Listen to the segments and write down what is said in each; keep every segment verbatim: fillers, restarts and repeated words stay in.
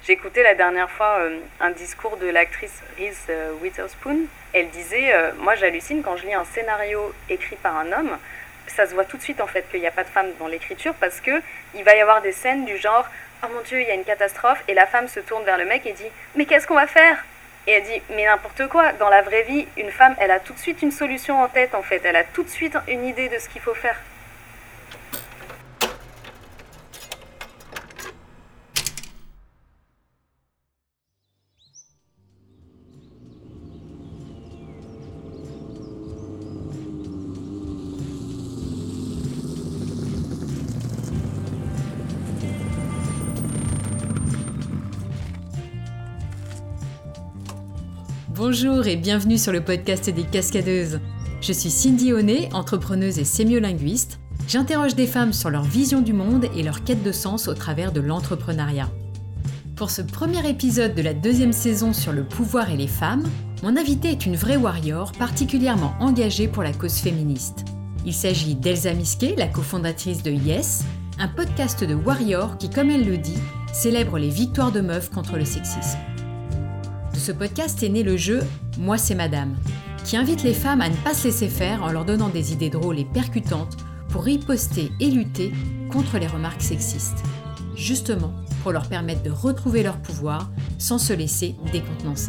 J'écoutais la dernière fois euh, un discours de l'actrice Reese euh, Witherspoon. Elle disait euh, « Moi, j'hallucine quand je lis un scénario écrit par un homme. Ça se voit tout de suite, en fait, qu'il n'y a pas de femme dans l'écriture parce qu'il va y avoir des scènes du genre « Oh mon Dieu, il y a une catastrophe » et la femme se tourne vers le mec et dit « Mais qu'est-ce qu'on va faire ?» Et elle dit « Mais n'importe quoi, dans la vraie vie, une femme, elle a tout de suite une solution en tête, en fait. Elle a tout de suite une idée de ce qu'il faut faire. » Bonjour et bienvenue sur le podcast des Cascadeuses. Je suis Cindy Honnet, entrepreneuse et sémiolinguiste. J'interroge des femmes sur leur vision du monde et leur quête de sens au travers de l'entrepreneuriat. Pour ce premier épisode de la deuxième saison sur le pouvoir et les femmes, mon invitée est une vraie warrior particulièrement engagée pour la cause féministe. Il s'agit d'Elsa Misquet, la cofondatrice de Yes, un podcast de warrior qui, comme elle le dit, célèbre les victoires de meufs contre le sexisme. De ce podcast est né le jeu « Moi c'est Madame », qui invite les femmes à ne pas se laisser faire en leur donnant des idées drôles et percutantes pour riposter et lutter contre les remarques sexistes. Justement, pour leur permettre de retrouver leur pouvoir sans se laisser décontenancer.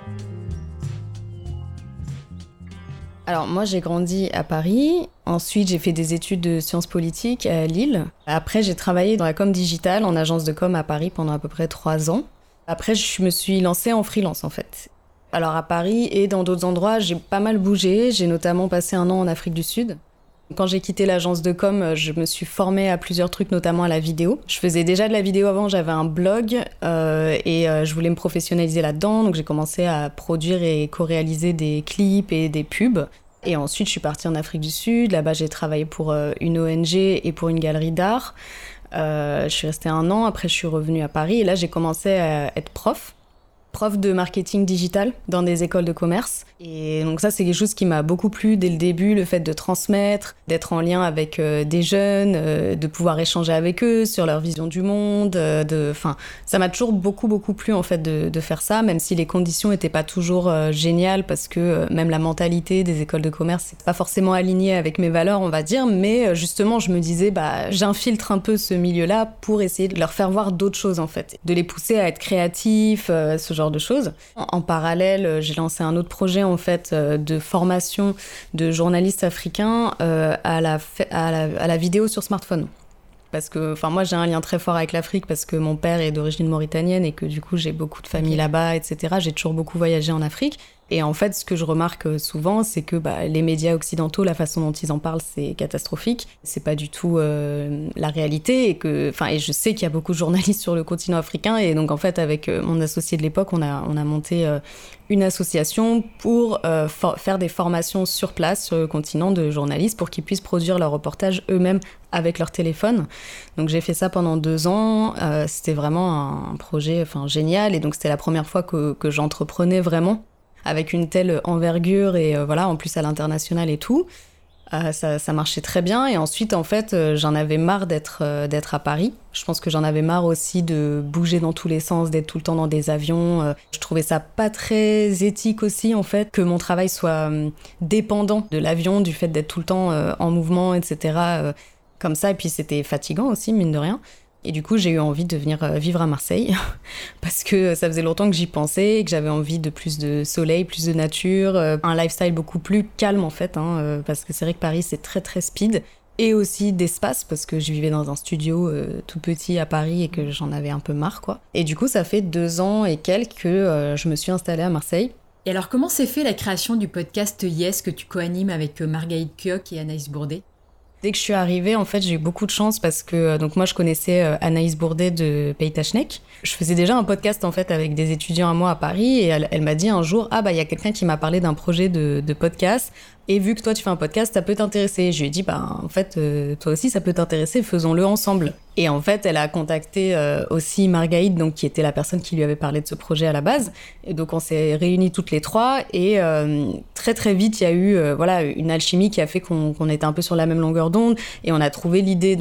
Alors moi j'ai grandi à Paris, ensuite j'ai fait des études de sciences politiques à Lille. Après j'ai travaillé dans la com digitale en agence de com à Paris pendant à peu près trois ans. Après, je me suis lancée en freelance, en fait. Alors, à Paris et dans d'autres endroits, j'ai pas mal bougé. J'ai notamment passé un an en Afrique du Sud. Quand j'ai quitté l'agence de com, je me suis formée à plusieurs trucs, notamment à la vidéo. Je faisais déjà de la vidéo avant, j'avais un blog euh, et euh, je voulais me professionnaliser là-dedans. Donc, j'ai commencé à produire et co-réaliser des clips et des pubs. Et ensuite, je suis partie en Afrique du Sud. Là-bas, j'ai travaillé pour euh, une O N G et pour une galerie d'art. Euh, je suis restée un an, après je suis revenue à Paris et là j'ai commencé à être prof, prof de marketing digital dans des écoles de commerce. Et donc ça c'est quelque chose qui m'a beaucoup plu dès le début, le fait de transmettre, d'être en lien avec euh, des jeunes, euh, de pouvoir échanger avec eux sur leur vision du monde. Euh, de, enfin, ça m'a toujours beaucoup beaucoup plu en fait de, de faire ça, même si les conditions n'étaient pas toujours euh, géniales parce que euh, même la mentalité des écoles de commerce c'est pas forcément aligné avec mes valeurs on va dire, mais euh, justement je me disais bah j'infiltre un peu ce milieu-là pour essayer de leur faire voir d'autres choses en fait, de les pousser à être créatifs, euh, ce genre de choses. En, en parallèle, euh, j'ai lancé un autre projet en fait euh, de formation de journalistes africains euh, à, la, à, la, à la vidéo sur smartphone. Parce que, enfin, moi j'ai un lien très fort avec l'Afrique parce que mon père est d'origine mauritanienne et que du coup j'ai beaucoup de famille là-bas, et cetera. J'ai toujours beaucoup voyagé en Afrique. Et en fait, ce que je remarque souvent, c'est que bah, les médias occidentaux, la façon dont ils en parlent, c'est catastrophique. C'est pas du tout euh, la réalité. Et, que, enfin, et je sais qu'il y a beaucoup de journalistes sur le continent africain. Et donc, en fait, avec euh, mon associé de l'époque, on a, on a monté euh, une association pour euh, for- faire des formations sur place, sur le continent, de journalistes pour qu'ils puissent produire leurs reportages eux-mêmes avec leur téléphone. Donc, j'ai fait ça pendant deux ans. Euh, c'était vraiment un projet enfin, génial. Et donc, c'était la première fois que, que j'entreprenais vraiment, avec une telle envergure et euh, voilà, en plus à l'international et tout. Euh, ça, ça marchait très bien. Et ensuite, en fait, euh, j'en avais marre d'être, euh, d'être à Paris. Je pense que j'en avais marre aussi de bouger dans tous les sens, d'être tout le temps dans des avions. Euh, je trouvais ça pas très éthique aussi, en fait, que mon travail soit euh, dépendant de l'avion, du fait d'être tout le temps euh, en mouvement, et cetera. Euh, comme ça. Et puis, c'était fatigant aussi, mine de rien. Et du coup, j'ai eu envie de venir vivre à Marseille parce que ça faisait longtemps que j'y pensais et que j'avais envie de plus de soleil, plus de nature, un lifestyle beaucoup plus calme en fait, hein, parce que c'est vrai que Paris, c'est très très speed. Et aussi d'espace parce que je vivais dans un studio euh, tout petit à Paris et que j'en avais un peu marre, quoi. Et du coup, ça fait deux ans et quelques que euh, je me suis installée à Marseille. Et alors, comment s'est fait la création du podcast Yes que tu co-animes avec Margaïte Kioch et Anaïs Bourdet ? Dès que je suis arrivée, en fait, j'ai eu beaucoup de chance parce que donc moi, je connaissais euh, Anaïs Bourdet de Pays Tachnek. Je faisais déjà un podcast en fait avec des étudiants à moi à Paris et elle, elle m'a dit un jour « Ah bah il y a quelqu'un qui m'a parlé d'un projet de, de podcast et vu que toi tu fais un podcast, ça peut t'intéresser. » Je lui ai dit « Bah en fait, euh, toi aussi ça peut t'intéresser, faisons-le ensemble. » Et en fait, elle a contacté euh, aussi Margaïte, donc qui était la personne qui lui avait parlé de ce projet à la base. Et donc on s'est réunis toutes les trois et euh, très très vite il y a eu euh, voilà une alchimie qui a fait qu'on, qu'on était un peu sur la même longueur d'onde et on a trouvé l'idée donc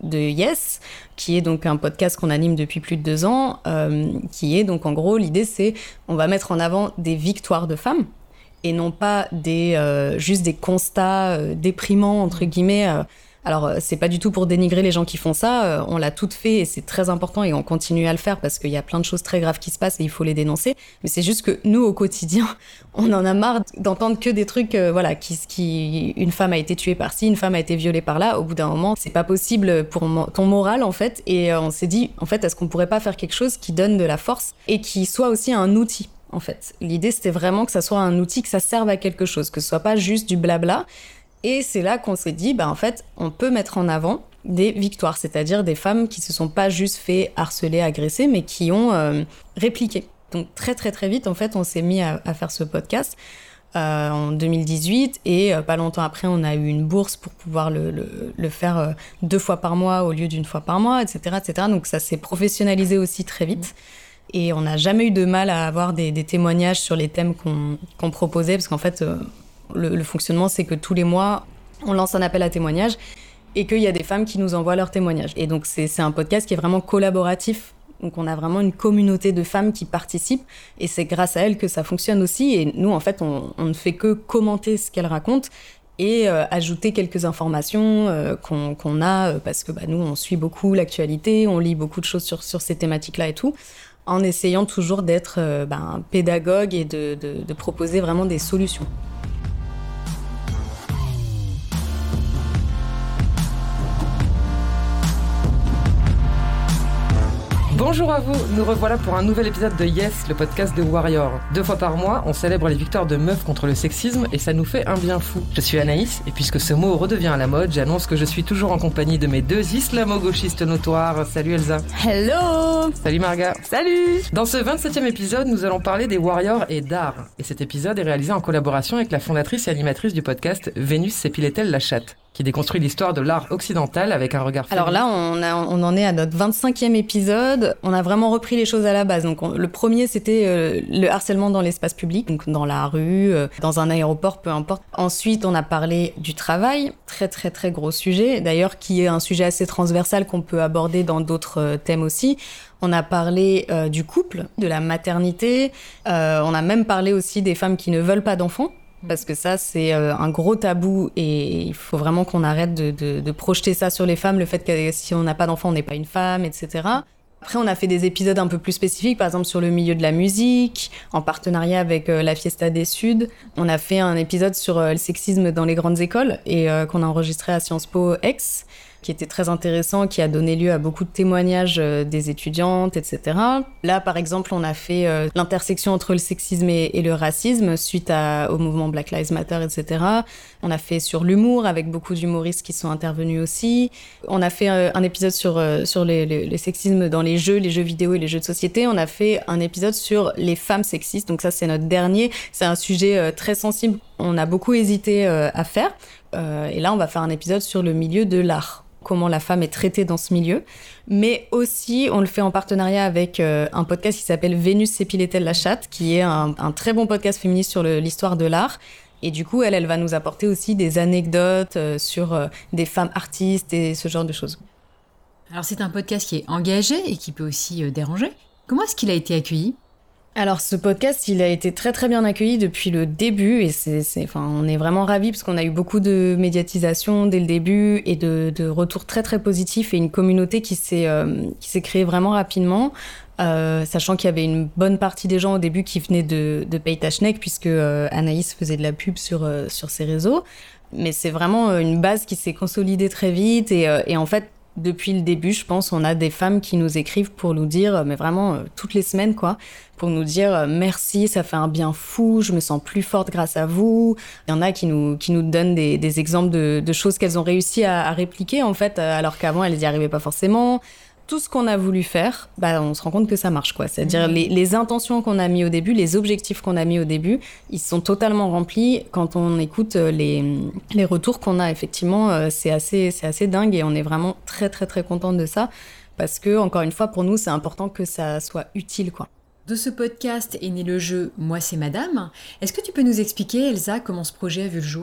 de Yes, qui est donc un podcast qu'on anime depuis plus de deux ans, euh, qui est donc en gros, l'idée c'est on va mettre en avant des victoires de femmes et non pas des, euh, juste des constats euh, déprimants, entre guillemets. Euh. Alors, euh, c'est pas du tout pour dénigrer les gens qui font ça, euh, on l'a toutes fait et c'est très important et on continue à le faire parce qu'il y a plein de choses très graves qui se passent et il faut les dénoncer. Mais c'est juste que nous, au quotidien, on en a marre d'entendre que des trucs, euh, voilà, qui, qui, une femme a été tuée par ci, une femme a été violée par là. Au bout d'un moment, c'est pas possible pour mo- ton moral, en fait. Et euh, on s'est dit, en fait, est-ce qu'on pourrait pas faire quelque chose qui donne de la force et qui soit aussi un outil, en fait. L'idée, c'était vraiment que ça soit un outil, que ça serve à quelque chose, que ce soit pas juste du blabla. Et c'est là qu'on s'est dit, bah en fait, on peut mettre en avant des victoires, c'est-à-dire des femmes qui se sont pas juste fait harceler, agresser, mais qui ont euh, répliqué. Donc très très très vite, en fait, on s'est mis à, à faire ce podcast euh, en deux mille dix-huit et euh, pas longtemps après, on a eu une bourse pour pouvoir le, le, le faire euh, deux fois par mois au lieu d'une fois par mois, et cetera, et cetera. Donc ça s'est professionnalisé aussi très vite. Et on n'a jamais eu de mal à avoir des, des témoignages sur les thèmes qu'on, qu'on proposait, parce qu'en fait, euh, le, le fonctionnement, c'est que tous les mois, on lance un appel à témoignages et qu'il y a des femmes qui nous envoient leurs témoignages. Et donc, c'est, c'est un podcast qui est vraiment collaboratif. Donc, on a vraiment une communauté de femmes qui participent et c'est grâce à elles que ça fonctionne aussi. Et nous, en fait, on, on ne fait que commenter ce qu'elles racontent et euh, ajouter quelques informations euh, qu'on, qu'on a, euh, parce que bah, nous, on suit beaucoup l'actualité, on lit beaucoup de choses sur, sur ces thématiques-là et tout, en essayant toujours d'être euh, ben, pédagogue et de, de, de proposer vraiment des solutions. Bonjour à vous, nous revoilà pour un nouvel épisode de Yes, le podcast de Warrior. Deux fois par mois, on célèbre les victoires de meufs contre le sexisme et ça nous fait un bien fou. Je suis Anaïs et puisque ce mot redevient à la mode, j'annonce que je suis toujours en compagnie de mes deux islamo-gauchistes notoires. Salut Elsa. Hello. Salut Marga. Salut. Dans ce vingt-septième épisode, nous allons parler des Warriors et d'art. Et cet épisode est réalisé en collaboration avec la fondatrice et animatrice du podcast Vénus s'épilait-elle la chatte, qui déconstruit l'histoire de l'art occidental avec un regard féminin. Alors là, on, a, on en est à notre vingt-cinquième épisode. On a vraiment repris les choses à la base. Donc, on, le premier, c'était euh, le harcèlement dans l'espace public, donc dans la rue, euh, dans un aéroport, peu importe. Ensuite, on a parlé du travail, très très très gros sujet, d'ailleurs qui est un sujet assez transversal qu'on peut aborder dans d'autres euh, thèmes aussi. On a parlé euh, du couple, de la maternité. Euh, on a même parlé aussi des femmes qui ne veulent pas d'enfants. Parce que ça, c'est euh, un gros tabou et il faut vraiment qu'on arrête de, de, de projeter ça sur les femmes, le fait que si on n'a pas d'enfant, on n'est pas une femme, et cetera. Après, on a fait des épisodes un peu plus spécifiques, par exemple sur le milieu de la musique, en partenariat avec euh, la Fiesta des Suds. On a fait un épisode sur euh, le sexisme dans les grandes écoles et euh, qu'on a enregistré à Sciences Po Aix, qui était très intéressant, qui a donné lieu à beaucoup de témoignages euh, des étudiantes, et cetera. Là, par exemple, on a fait euh, l'intersection entre le sexisme et, et le racisme suite à, au mouvement Black Lives Matter, et cetera. On a fait sur l'humour, avec beaucoup d'humoristes qui sont intervenus aussi. On a fait euh, un épisode sur, euh, sur les, les, les sexismes dans les jeux, les jeux vidéo et les jeux de société. On a fait un épisode sur les femmes sexistes, donc ça, c'est notre dernier. C'est un sujet euh, très sensible, on a beaucoup hésité euh, à faire. Euh, et là, on va faire un épisode sur le milieu de l'art. Comment la femme est traitée dans ce milieu, mais aussi on le fait en partenariat avec euh, un podcast qui s'appelle Vénus s'épilait-elle la chatte, qui est un, un très bon podcast féministe sur le, l'histoire de l'art. Et du coup, elle, elle va nous apporter aussi des anecdotes euh, sur euh, des femmes artistes et ce genre de choses. Alors c'est un podcast qui est engagé et qui peut aussi euh, déranger. Comment est-ce qu'il a été accueilli ? Alors ce podcast, il a été très très bien accueilli depuis le début et c'est, c'est, enfin, on est vraiment ravis parce qu'on a eu beaucoup de médiatisation dès le début et de, de retours très très positifs et une communauté qui s'est, euh, qui s'est créée vraiment rapidement, euh, sachant qu'il y avait une bonne partie des gens au début qui venaient de, de Paytachnek puisque euh, Anaïs faisait de la pub sur, euh, sur ses réseaux. Mais c'est vraiment une base qui s'est consolidée très vite et, euh, et en fait, depuis le début, je pense, on a des femmes qui nous écrivent pour nous dire, mais vraiment euh, toutes les semaines, quoi, pour nous dire euh, merci, ça fait un bien fou, je me sens plus forte grâce à vous. Il y en a qui nous qui nous donnent des, des exemples de, de choses qu'elles ont réussi à, à répliquer en fait, alors qu'avant elles n'y arrivaient pas forcément. Tout ce qu'on a voulu faire, bah, on se rend compte que ça marche, quoi. C'est-à-dire mmh. les, les intentions qu'on a mis au début, les objectifs qu'on a mis au début, ils sont totalement remplis. Quand on écoute les, les retours qu'on a, effectivement, c'est assez, c'est assez dingue et on est vraiment très, très, très contente de ça. Parce que, encore une fois, pour nous, c'est important que ça soit utile, quoi. De ce podcast est né le jeu Moi c'est Madame. Est-ce que tu peux nous expliquer, Elsa, comment ce projet a vu le jour ?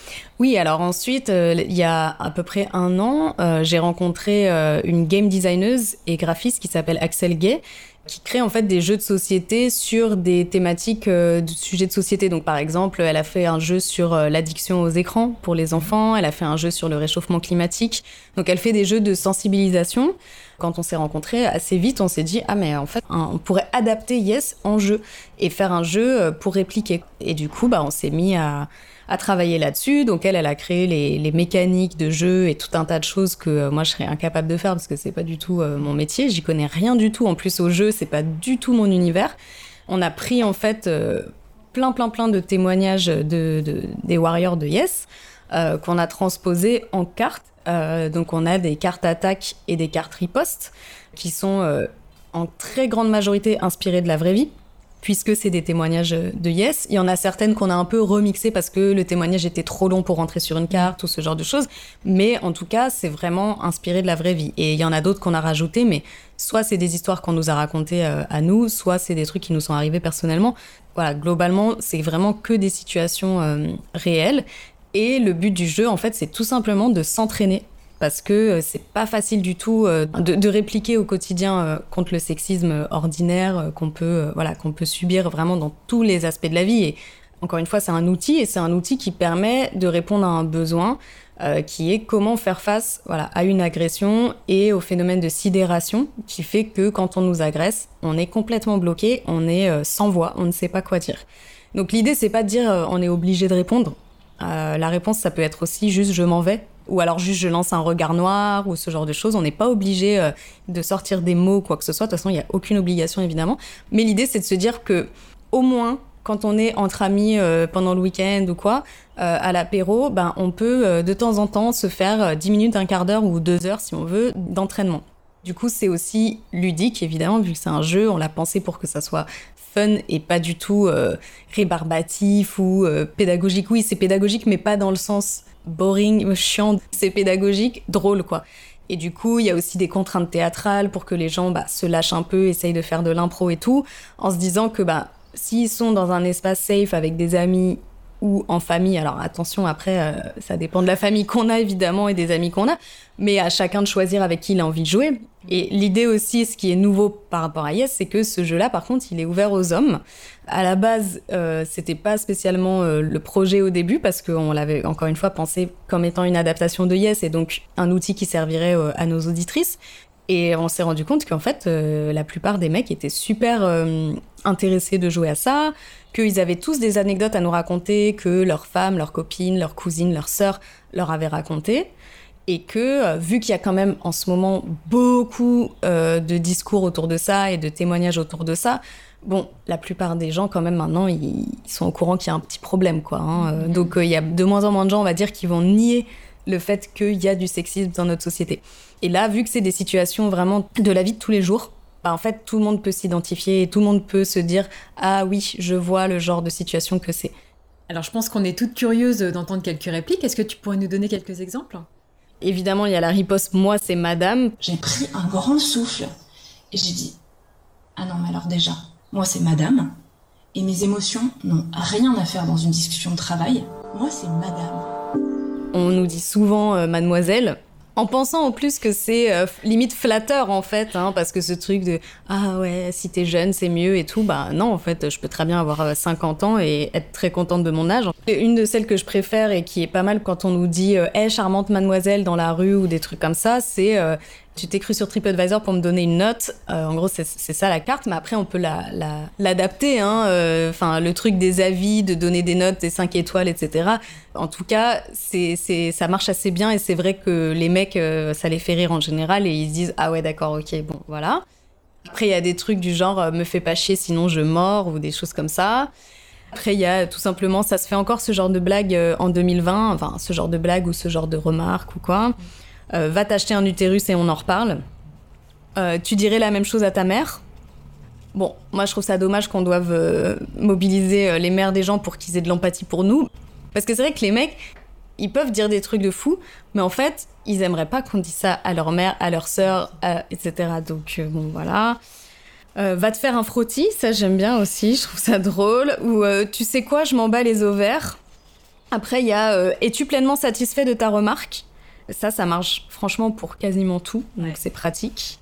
Oui, alors ensuite, euh, il y a à peu près un an, euh, j'ai rencontré euh, une game designer et graphiste qui s'appelle Axel Gay, qui crée en fait des jeux de société sur des thématiques euh, de sujets de société. Donc par exemple, elle a fait un jeu sur euh, l'addiction aux écrans pour les enfants, elle a fait un jeu sur le réchauffement climatique. Donc elle fait des jeux de sensibilisation. Quand on s'est rencontrés, assez vite, on s'est dit « Ah mais en fait, hein, on pourrait adapter Yes en jeu et faire un jeu pour répliquer. » Et du coup, bah, on s'est mis à... à travailler là-dessus. Donc elle, elle a créé les, les mécaniques de jeu et tout un tas de choses que euh, moi je serais incapable de faire parce que c'est pas du tout euh, mon métier. J'y connais rien du tout. En plus au jeu, c'est pas du tout mon univers. On a pris en fait euh, plein plein plein de témoignages de, de, des warriors de Yes euh, qu'on a transposés en cartes. Euh, donc on a des cartes attaque et des cartes riposte qui sont euh, en très grande majorité inspirées de la vraie vie, puisque c'est des témoignages de Yes. Il y en a certaines qu'on a un peu remixées parce que le témoignage était trop long pour rentrer sur une carte ou ce genre de choses. Mais en tout cas, c'est vraiment inspiré de la vraie vie. Et il y en a d'autres qu'on a rajoutées, mais soit c'est des histoires qu'on nous a racontées euh, à nous, soit c'est des trucs qui nous sont arrivés personnellement. Voilà, globalement, c'est vraiment que des situations euh, réelles. Et le but du jeu, en fait, c'est tout simplement de s'entraîner. Parce que c'est pas facile du tout euh, de, de répliquer au quotidien euh, contre le sexisme ordinaire euh, qu'on peut, euh, voilà, qu'on peut subir vraiment dans tous les aspects de la vie. Et encore une fois, c'est un outil, et c'est un outil qui permet de répondre à un besoin euh, qui est comment faire face voilà, à une agression et au phénomène de sidération qui fait que quand on nous agresse, on est complètement bloqué, on est euh, sans voix, on ne sait pas quoi dire. Donc l'idée, c'est pas de dire euh, on est obligé de répondre. Euh, la réponse, ça peut être aussi juste je m'en vais. Ou alors juste je lance un regard noir ou ce genre de choses. On n'est pas obligé euh, de sortir des mots, quoi que ce soit. De toute façon, il n'y a aucune obligation, évidemment. Mais l'idée, c'est de se dire que, au moins, quand on est entre amis euh, pendant le week-end ou quoi, euh, à l'apéro, ben, on peut euh, de temps en temps se faire euh, dix minutes, un quart d'heure ou deux heures, si on veut, d'entraînement. Du coup, c'est aussi ludique, évidemment, vu que c'est un jeu. On l'a pensé pour que ça soit fun et pas du tout euh, rébarbatif ou euh, pédagogique. Oui, c'est pédagogique, mais pas dans le sens boring, chiant. C'est pédagogique, drôle, quoi. Et du coup, il y a aussi des contraintes théâtrales pour que les gens bah, se lâchent un peu, essayent de faire de l'impro et tout, en se disant que bah, s'ils sont dans un espace safe avec des amis ou en famille, alors attention, après, euh, ça dépend de la famille qu'on a, évidemment, et des amis qu'on a, mais à chacun de choisir avec qui il a envie de jouer. Et l'idée aussi, ce qui est nouveau par rapport à Yes, c'est que ce jeu-là, par contre, il est ouvert aux hommes. À la base, euh, c'était pas spécialement euh, le projet au début, parce qu'on l'avait, encore une fois, pensé comme étant une adaptation de Yes, et donc un outil qui servirait euh, à nos auditrices. Et on s'est rendu compte qu'en fait, euh, la plupart des mecs étaient super euh, intéressés de jouer à ça, qu'ils avaient tous des anecdotes à nous raconter que leurs femmes, leurs copines, leurs cousines, leurs sœurs leur avaient racontées. Et que, euh, vu qu'il y a quand même en ce moment beaucoup euh, de discours autour de ça et de témoignages autour de ça, bon, la plupart des gens, quand même, maintenant, ils, ils sont au courant qu'il y a un petit problème, quoi. Hein. Euh, donc, il euh, y a de moins en moins de gens, on va dire, qui vont nier le fait qu'il y a du sexisme dans notre société. Et là, vu que c'est des situations vraiment de la vie de tous les jours, bah, en fait, tout le monde peut s'identifier et tout le monde peut se dire « Ah oui, je vois le genre de situation que c'est ». Alors, je pense qu'on est toutes curieuses d'entendre quelques répliques. Est-ce que tu pourrais nous donner quelques exemples ? Évidemment, il y a la riposte « Moi, c'est madame ». J'ai pris un grand souffle et j'ai dit « Ah non, mais alors déjà, moi, c'est madame et mes émotions n'ont rien à faire dans une discussion de travail. Moi, c'est madame ». On nous dit souvent euh, « mademoiselle ». En pensant en plus que c'est euh, limite flatteur en fait, hein, parce que ce truc de « Ah ouais, si t'es jeune, c'est mieux et tout », bah non, en fait, je peux très bien avoir euh, cinquante ans et être très contente de mon âge. Une de celles que je préfère et qui est pas mal quand on nous dit euh, « Hey, charmante mademoiselle » dans la rue ou des trucs comme ça, c'est euh, « Tu t'es cru sur TripAdvisor pour me donner une note euh, ». En gros, c'est, c'est ça la carte, mais après, on peut la, la, l'adapter. Hein, euh, le truc des avis, de donner des notes, des cinq étoiles, et cetera. En tout cas, c'est, c'est, ça marche assez bien et c'est vrai que les mecs, euh, ça les fait rire en général et ils se disent « Ah ouais, d'accord, ok, bon, voilà ». Après, il y a des trucs du genre euh, « Me fais pas chier, sinon je mords » ou des choses comme ça. Après, il y a tout simplement, ça se fait encore ce genre de blague euh, en deux mille vingt, enfin, ce genre de blague ou ce genre de remarque ou quoi. Euh, va t'acheter un utérus et on en reparle. Euh, tu dirais la même chose à ta mère. Bon, moi, je trouve ça dommage qu'on doive euh, mobiliser euh, les mères des gens pour qu'ils aient de l'empathie pour nous. Parce que c'est vrai que les mecs, ils peuvent dire des trucs de fou, mais en fait, ils aimeraient pas qu'on dise ça à leur mère, à leur sœur, euh, et cetera. Donc, euh, bon, voilà. Euh, va te faire un frottis, ça j'aime bien aussi, je trouve ça drôle. Ou euh, tu sais quoi, je m'en bats les ovaires. Après, il y a euh, « Es-tu pleinement satisfait de ta remarque ?» Ça, ça marche franchement pour quasiment tout, donc ouais. C'est pratique.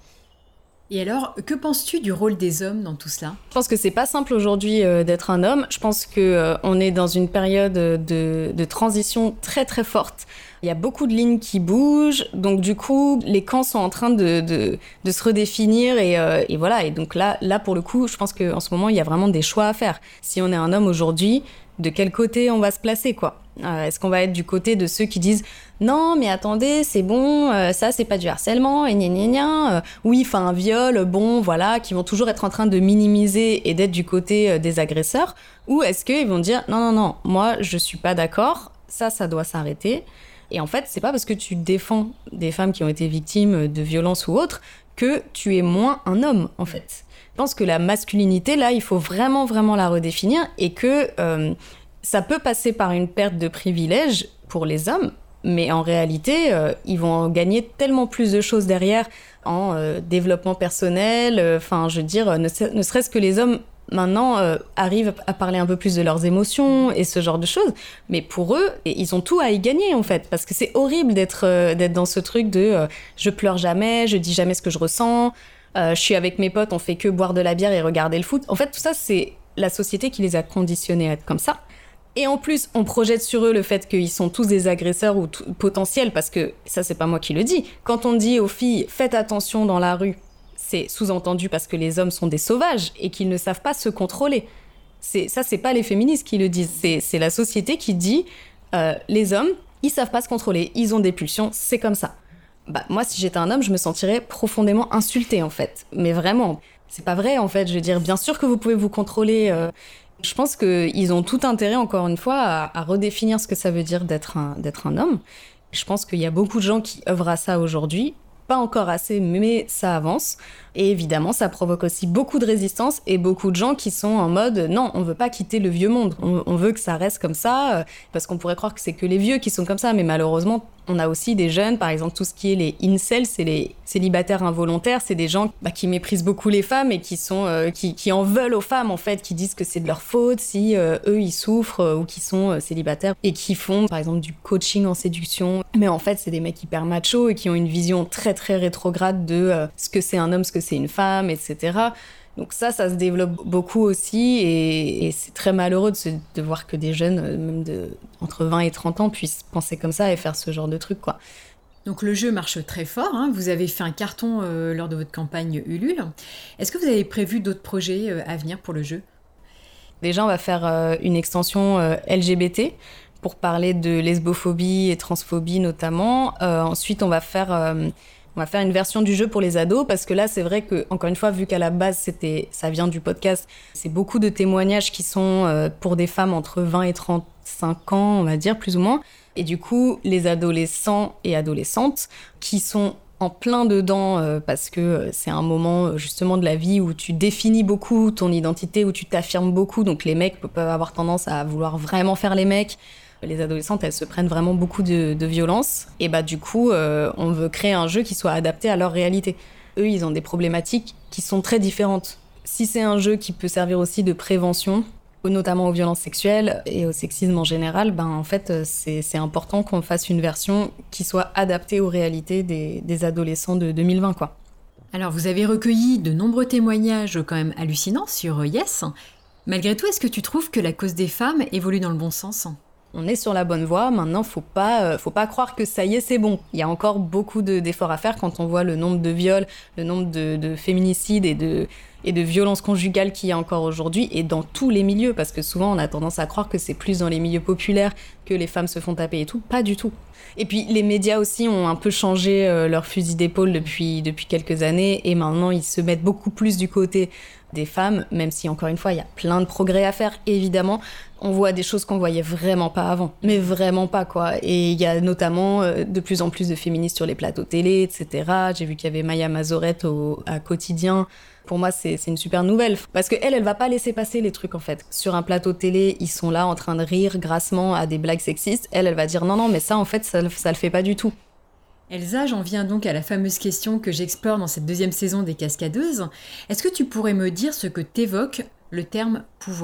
Et alors, que penses-tu du rôle des hommes dans tout cela ? Je pense que c'est pas simple aujourd'hui euh, d'être un homme. Je pense qu'on euh, est dans une période de, de transition très très forte. Il y a beaucoup de lignes qui bougent, donc du coup, les camps sont en train de, de, de se redéfinir et, euh, et voilà. Et donc là, là, pour le coup, je pense qu'en ce moment, il y a vraiment des choix à faire. Si on est un homme aujourd'hui, de quel côté on va se placer, quoi ? euh, Est-ce qu'on va être du côté de ceux qui disent « Non, mais attendez, c'est bon, euh, ça, c'est pas du harcèlement, et gna gna gna. Euh, oui, enfin, un viol, bon, voilà », qui vont toujours être en train de minimiser et d'être du côté euh, des agresseurs ? Ou est-ce qu'ils vont dire « Non, non, non, moi, je suis pas d'accord, ça, ça doit s'arrêter ». Et en fait, c'est pas parce que tu défends des femmes qui ont été victimes de violences ou autres que tu es moins un homme, en fait. Je pense que la masculinité, là, il faut vraiment, vraiment la redéfinir et que euh, ça peut passer par une perte de privilèges pour les hommes, mais en réalité, euh, ils vont gagner tellement plus de choses derrière en euh, développement personnel. Enfin, euh, je veux dire, ne, ne serait-ce que les hommes maintenant euh, arrivent à parler un peu plus de leurs émotions et ce genre de choses, mais pour eux, ils ont tout à y gagner en fait, parce que c'est horrible d'être euh, d'être dans ce truc de euh, je pleure jamais, je dis jamais ce que je ressens, euh, je suis avec mes potes, on fait que boire de la bière et regarder le foot. En fait, tout ça, c'est la société qui les a conditionnés à être comme ça. Et en plus, on projette sur eux le fait qu'ils sont tous des agresseurs ou t- potentiels, parce que ça, c'est pas moi qui le dis. Quand on dit aux filles « faites attention dans la rue », c'est sous-entendu parce que les hommes sont des sauvages et qu'ils ne savent pas se contrôler. C'est, ça, c'est pas les féministes qui le disent, c'est, c'est la société qui dit euh, les hommes, ils savent pas se contrôler, ils ont des pulsions, c'est comme ça. Bah, moi, si j'étais un homme, je me sentirais profondément insultée, en fait. Mais vraiment, c'est pas vrai, en fait. Je veux dire, bien sûr que vous pouvez vous contrôler. Euh, je pense qu'ils ont tout intérêt, encore une fois, à, à redéfinir ce que ça veut dire d'être un, d'être un homme. Je pense qu'il y a beaucoup de gens qui œuvrent à ça aujourd'hui. Pas encore assez, mais ça avance. Et évidemment, ça provoque aussi beaucoup de résistance et beaucoup de gens qui sont en mode « Non, on veut pas quitter le vieux monde. On, on veut que ça reste comme ça. » Parce qu'on pourrait croire que c'est que les vieux qui sont comme ça. Mais malheureusement, on a aussi des jeunes, par exemple, tout ce qui est les incels, c'est les célibataires involontaires. C'est des gens bah, qui méprisent beaucoup les femmes et qui, sont, euh, qui, qui en veulent aux femmes, en fait, qui disent que c'est de leur faute si euh, eux, ils souffrent euh, ou qu'ils sont euh, célibataires et qui font, par exemple, du coaching en séduction. Mais en fait, c'est des mecs hyper machos et qui ont une vision très, très rétrograde de euh, ce que c'est un homme, ce que c'est une femme, et cetera. Donc ça, ça se développe beaucoup aussi et, et c'est très malheureux de, se, de voir que des jeunes, même de, entre vingt et trente ans, puissent penser comme ça et faire ce genre de trucs, quoi. Donc le jeu marche très fort, hein. Vous avez fait un carton euh, lors de votre campagne Ulule. Est-ce que vous avez prévu d'autres projets euh, à venir pour le jeu ? Déjà, on va faire euh, une extension euh, L G B T pour parler de lesbophobie et transphobie notamment. Euh, ensuite, on va faire... Euh, On va faire une version du jeu pour les ados parce que là, c'est vrai que, encore une fois, vu qu'à la base, c'était, ça vient du podcast, c'est beaucoup de témoignages qui sont euh, pour des femmes entre vingt et trente-cinq ans, on va dire, plus ou moins. Et du coup, les adolescents et adolescentes qui sont en plein dedans euh, parce que euh, c'est un moment justement de la vie où tu définis beaucoup ton identité, où tu t'affirmes beaucoup. Donc les mecs peuvent avoir tendance à vouloir vraiment faire les mecs. Les adolescentes, elles se prennent vraiment beaucoup de, de violence. Et bah du coup, euh, on veut créer un jeu qui soit adapté à leur réalité. Eux, ils ont des problématiques qui sont très différentes. Si c'est un jeu qui peut servir aussi de prévention, notamment aux violences sexuelles et au sexisme en général, ben en fait, c'est, c'est important qu'on fasse une version qui soit adaptée aux réalités des, des adolescents de deux mille vingt, quoi. Alors, vous avez recueilli de nombreux témoignages quand même hallucinants sur Yes. Malgré tout, est-ce que tu trouves que la cause des femmes évolue dans le bon sens ? On est sur la bonne voie, maintenant faut pas, euh, faut pas croire que ça y est, c'est bon. Il y a encore beaucoup de, d'efforts à faire quand on voit le nombre de viols, le nombre de, de féminicides et de, et de violences conjugales qu'il y a encore aujourd'hui, et dans tous les milieux, parce que souvent on a tendance à croire que c'est plus dans les milieux populaires que les femmes se font taper et tout, pas du tout. Et puis les médias aussi ont un peu changé euh, leur fusil d'épaule depuis, depuis quelques années, et maintenant ils se mettent beaucoup plus du côté des femmes, même si encore une fois il y a plein de progrès à faire, évidemment. On voit des choses qu'on voyait vraiment pas avant, mais vraiment pas, quoi. Et il y a notamment euh, de plus en plus de féministes sur les plateaux télé, et cetera. J'ai vu qu'il y avait Maya Mazorette au, à Quotidien. Pour moi, c'est, c'est une super nouvelle, parce qu'elle, elle va pas laisser passer les trucs, en fait. Sur un plateau télé, ils sont là en train de rire grassement à des blagues sexistes. Elle, elle va dire non, non, mais ça, en fait, ça, ça le fait pas du tout. Elsa, j'en viens donc à la fameuse question que j'explore dans cette deuxième saison des Cascadeuses. Est-ce que tu pourrais me dire ce que t'évoque le terme pouvoir ?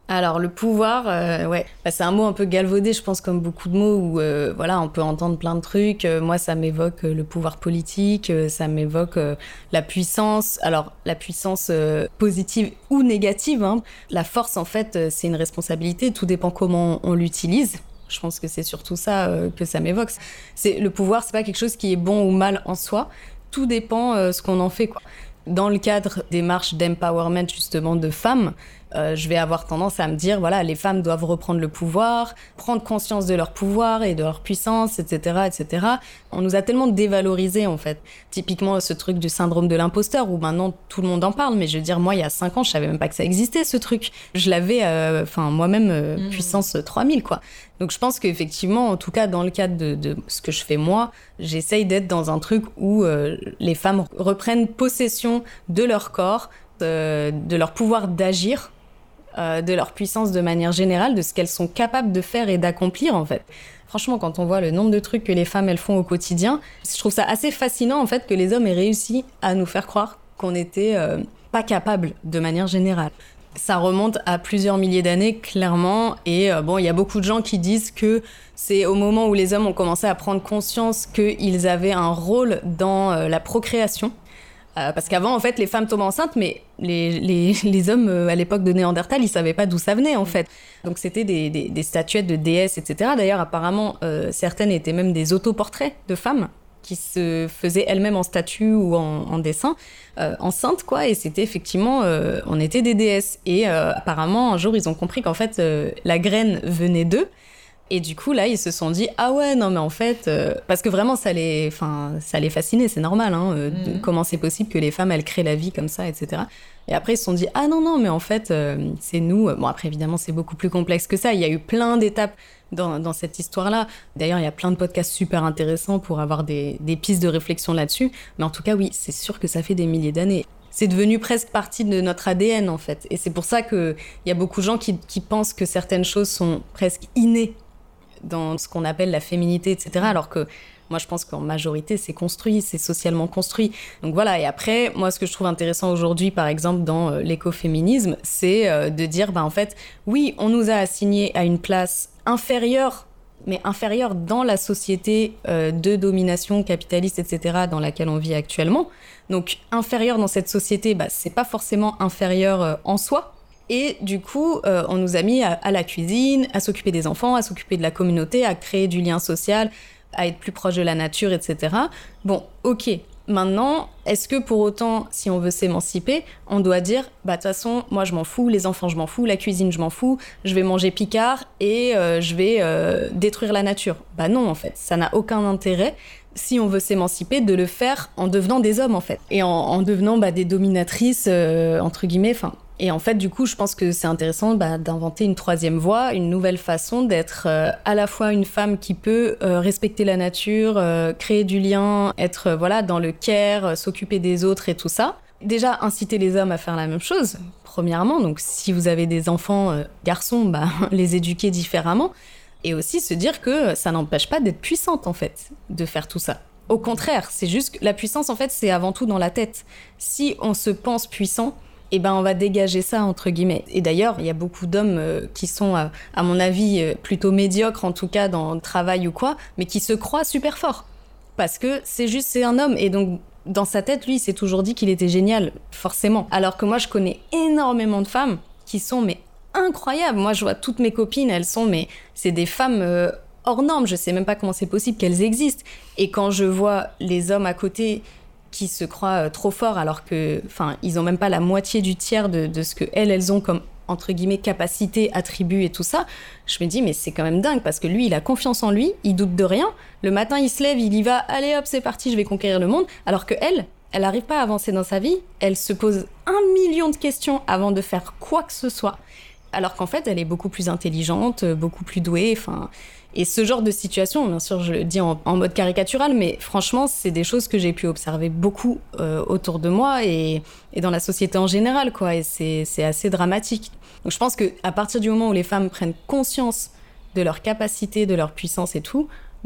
Alors le pouvoir, euh, ouais, bah, c'est un mot un peu galvaudé, je pense, comme beaucoup de mots où euh, voilà, on peut entendre plein de trucs. Euh, moi, ça m'évoque euh, le pouvoir politique, euh, ça m'évoque euh, la puissance. Alors la puissance euh, positive ou négative, hein. La force, en fait, euh, c'est une responsabilité. Tout dépend comment on, on l'utilise. Je pense que c'est surtout ça euh, que ça m'évoque. C'est le pouvoir, c'est pas quelque chose qui est bon ou mal en soi. Tout dépend euh, ce qu'on en fait, quoi. Dans le cadre des marches d'empowerment, justement, de femmes, euh, je vais avoir tendance à me dire, voilà, les femmes doivent reprendre le pouvoir, prendre conscience de leur pouvoir et de leur puissance, et cetera, et cetera. On nous a tellement dévalorisés, en fait. Typiquement, ce truc du syndrome de l'imposteur, où maintenant, tout le monde en parle. Mais je veux dire, moi, il y a cinq ans, je savais même pas que ça existait, ce truc. Je l'avais, enfin, euh, moi-même, euh, mmh. puissance trois mille, quoi. Donc je pense qu'effectivement, en tout cas dans le cadre de, de ce que je fais moi, j'essaye d'être dans un truc où euh, les femmes reprennent possession de leur corps, euh, de leur pouvoir d'agir, euh, de leur puissance de manière générale, de ce qu'elles sont capables de faire et d'accomplir en fait. Franchement, quand on voit le nombre de trucs que les femmes elles font au quotidien, je trouve ça assez fascinant en fait que les hommes aient réussi à nous faire croire qu'on n'était euh, pas capables de manière générale. Ça remonte à plusieurs milliers d'années, clairement. Et euh, bon, il y a beaucoup de gens qui disent que c'est au moment où les hommes ont commencé à prendre conscience qu'ils avaient un rôle dans euh, la procréation. Euh, parce qu'avant, en fait, les femmes tombaient enceintes, mais les, les, les hommes, euh, à l'époque de Néandertal, ils savaient pas d'où ça venait, en fait. Donc c'était des, des, des statuettes de déesses, et cetera. D'ailleurs, apparemment, euh, certaines étaient même des autoportraits de femmes qui se faisaient elles-mêmes en statue ou en, en dessin, euh, enceintes, quoi. Et c'était effectivement... Euh, on était des déesses. Et euh, apparemment, un jour, ils ont compris qu'en fait, euh, la graine venait d'eux. Et du coup, là, ils se sont dit « Ah ouais, non, mais en fait... Euh, » parce que vraiment, ça les, ça les fascinait, c'est normal. Hein, euh, mmh. de, comment c'est possible que les femmes, elles créent la vie comme ça, et cetera. Et après, ils se sont dit « Ah non, non, mais en fait, euh, c'est nous... » Bon, après, évidemment, c'est beaucoup plus complexe que ça. Il y a eu plein d'étapes dans, dans cette histoire-là. D'ailleurs, il y a plein de podcasts super intéressants pour avoir des, des pistes de réflexion là-dessus. Mais en tout cas, oui, c'est sûr que ça fait des milliers d'années. C'est devenu presque partie de notre A D N, en fait. Et c'est pour ça qu'il y a beaucoup de gens qui, qui pensent que certaines choses sont presque innées dans ce qu'on appelle la féminité, et cetera. Alors que moi, je pense qu'en majorité, c'est construit, c'est socialement construit. Donc voilà, et après, moi, ce que je trouve intéressant aujourd'hui, par exemple, dans euh, l'écoféminisme, c'est euh, de dire, bah, en fait, oui, on nous a assigné à une place inférieure, mais inférieure dans la société euh, de domination capitaliste, et cetera, dans laquelle on vit actuellement. Donc, inférieure dans cette société, bah, c'est pas forcément inférieur euh, en soi. Et du coup, euh, on nous a mis à, à la cuisine, à s'occuper des enfants, à s'occuper de la communauté, à créer du lien social, à être plus proche de la nature, et cetera. Bon, ok. Maintenant, est-ce que pour autant, si on veut s'émanciper, on doit dire, bah de toute façon, moi je m'en fous, les enfants je m'en fous, la cuisine je m'en fous, je vais manger Picard et euh, je vais euh, détruire la nature. Bah non, en fait, ça n'a aucun intérêt. Si on veut s'émanciper, de le faire en devenant des hommes, en fait. Et en, en devenant bah, des dominatrices, euh, entre guillemets, enfin... Et en fait, du coup, je pense que c'est intéressant bah, d'inventer une troisième voie, une nouvelle façon d'être euh, à la fois une femme qui peut euh, respecter la nature, euh, créer du lien, être euh, voilà, dans le care, euh, s'occuper des autres et tout ça. Déjà, inciter les hommes à faire la même chose, premièrement. Donc, si vous avez des enfants euh, garçons, bah, les éduquer différemment. Et aussi se dire que ça n'empêche pas d'être puissante, en fait, de faire tout ça. Au contraire, c'est juste que la puissance, en fait, c'est avant tout dans la tête. Si on se pense puissant, eh ben on va dégager ça, entre guillemets. Et d'ailleurs, il y a beaucoup d'hommes euh, qui sont, euh, à mon avis, euh, plutôt médiocres, en tout cas dans le travail ou quoi, mais qui se croient super forts. Parce que c'est juste, c'est un homme. Et donc, dans sa tête, lui, il s'est toujours dit qu'il était génial, forcément. Alors que moi, je connais énormément de femmes qui sont, mais incroyables. Moi, je vois toutes mes copines, elles sont, mais c'est des femmes euh, hors normes. Je sais même pas comment c'est possible qu'elles existent. Et quand je vois les hommes à côté qui se croient trop forts alors que, enfin, ils ont même pas la moitié du tiers de, de ce que elles, elles ont comme, entre guillemets, capacité, attribut et tout ça, je me dis, mais c'est quand même dingue parce que lui, il a confiance en lui, il doute de rien. Le matin, il se lève, il y va, allez hop, c'est parti, je vais conquérir le monde. Alors que elle, elle n'arrive pas à avancer dans sa vie, elle se pose un million de questions avant de faire quoi que ce soit. Alors qu'en fait, elle est beaucoup plus intelligente, beaucoup plus douée, enfin... Et ce genre de situation, bien sûr, je le dis en, en mode caricatural, mais franchement, c'est des choses que j'ai pu observer beaucoup euh, autour de moi et, et dans la société en général, quoi. Et c'est, c'est assez dramatique. Donc je pense qu'à partir du moment où les femmes prennent conscience de leur capacité, de leur puissance et tout,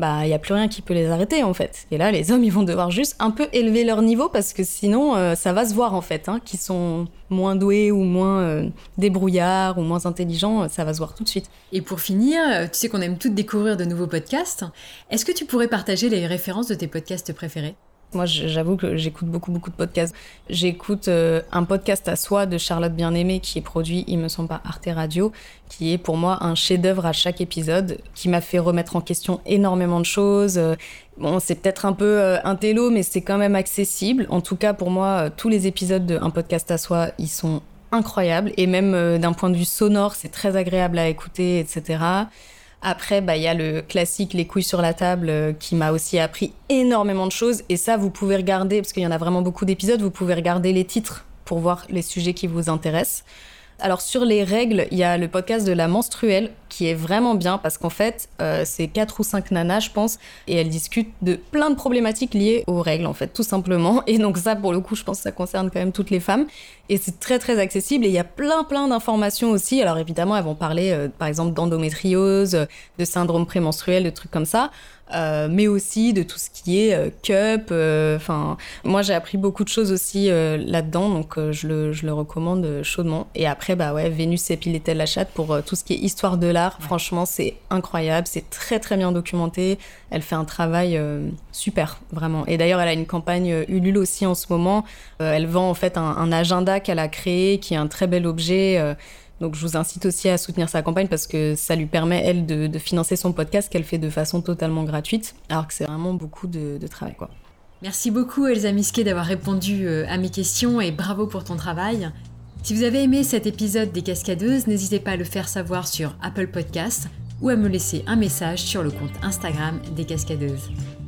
bah il y a plus rien qui peut les arrêter en fait. Et là, les hommes, ils vont devoir juste un peu élever leur niveau parce que sinon, euh, ça va se voir en fait, hein, qu'ils sont moins doués ou moins euh, débrouillards ou moins intelligents, ça va se voir tout de suite. Et pour finir, tu sais qu'on aime toutes découvrir de nouveaux podcasts. Est-ce que tu pourrais partager les références de tes podcasts préférés ? Moi, j'avoue que j'écoute beaucoup, beaucoup de podcasts. J'écoute euh, un podcast à soi de Charlotte Bien-Aimée qui est produit, il me semble, par Arte Radio, qui est pour moi un chef-d'œuvre à chaque épisode, qui m'a fait remettre en question énormément de choses. Bon, c'est peut-être un peu euh, un télo, mais c'est quand même accessible. En tout cas, pour moi, euh, tous les épisodes de Un podcast à soi, ils sont incroyables. Et même euh, d'un point de vue sonore, c'est très agréable à écouter, et cetera. Après, bah, y a le classique Les couilles sur la table euh, qui m'a aussi appris énormément de choses. Et ça, vous pouvez regarder, parce qu'il y en a vraiment beaucoup d'épisodes, vous pouvez regarder les titres pour voir les sujets qui vous intéressent. Alors, sur les règles, il y a le podcast de La Menstruelle qui est vraiment bien parce qu'en fait, euh, c'est quatre ou cinq nanas, je pense, et elles discutent de plein de problématiques liées aux règles, en fait, tout simplement. Et donc ça, pour le coup, je pense que ça concerne quand même toutes les femmes. Et c'est très, très accessible. Et il y a plein, plein d'informations aussi. Alors évidemment, elles vont parler, euh, par exemple, d'endométriose, de syndrome prémenstruel, de trucs comme ça. Euh, mais aussi de tout ce qui est euh, cup. Enfin, euh, moi, j'ai appris beaucoup de choses aussi euh, là-dedans, donc euh, je, le, je le recommande euh, chaudement. Et après, bah ouais, Vénus s'épilait-elle la chatte pour euh, tout ce qui est histoire de l'art. Ouais. Franchement, c'est incroyable, c'est très très bien documenté. Elle fait un travail euh, super, vraiment. Et d'ailleurs, elle a une campagne euh, Ulule aussi en ce moment. Euh, elle vend en fait un, un agenda qu'elle a créé, qui est un très bel objet. Euh, Donc je vous incite aussi à soutenir sa campagne parce que ça lui permet, elle, de, de financer son podcast qu'elle fait de façon totalement gratuite, alors que c'est vraiment beaucoup de, de travail, quoi. Merci beaucoup Elsa Misquet d'avoir répondu à mes questions et bravo pour ton travail. Si vous avez aimé cet épisode des Cascadeuses, n'hésitez pas à le faire savoir sur Apple Podcasts ou à me laisser un message sur le compte Instagram des Cascadeuses.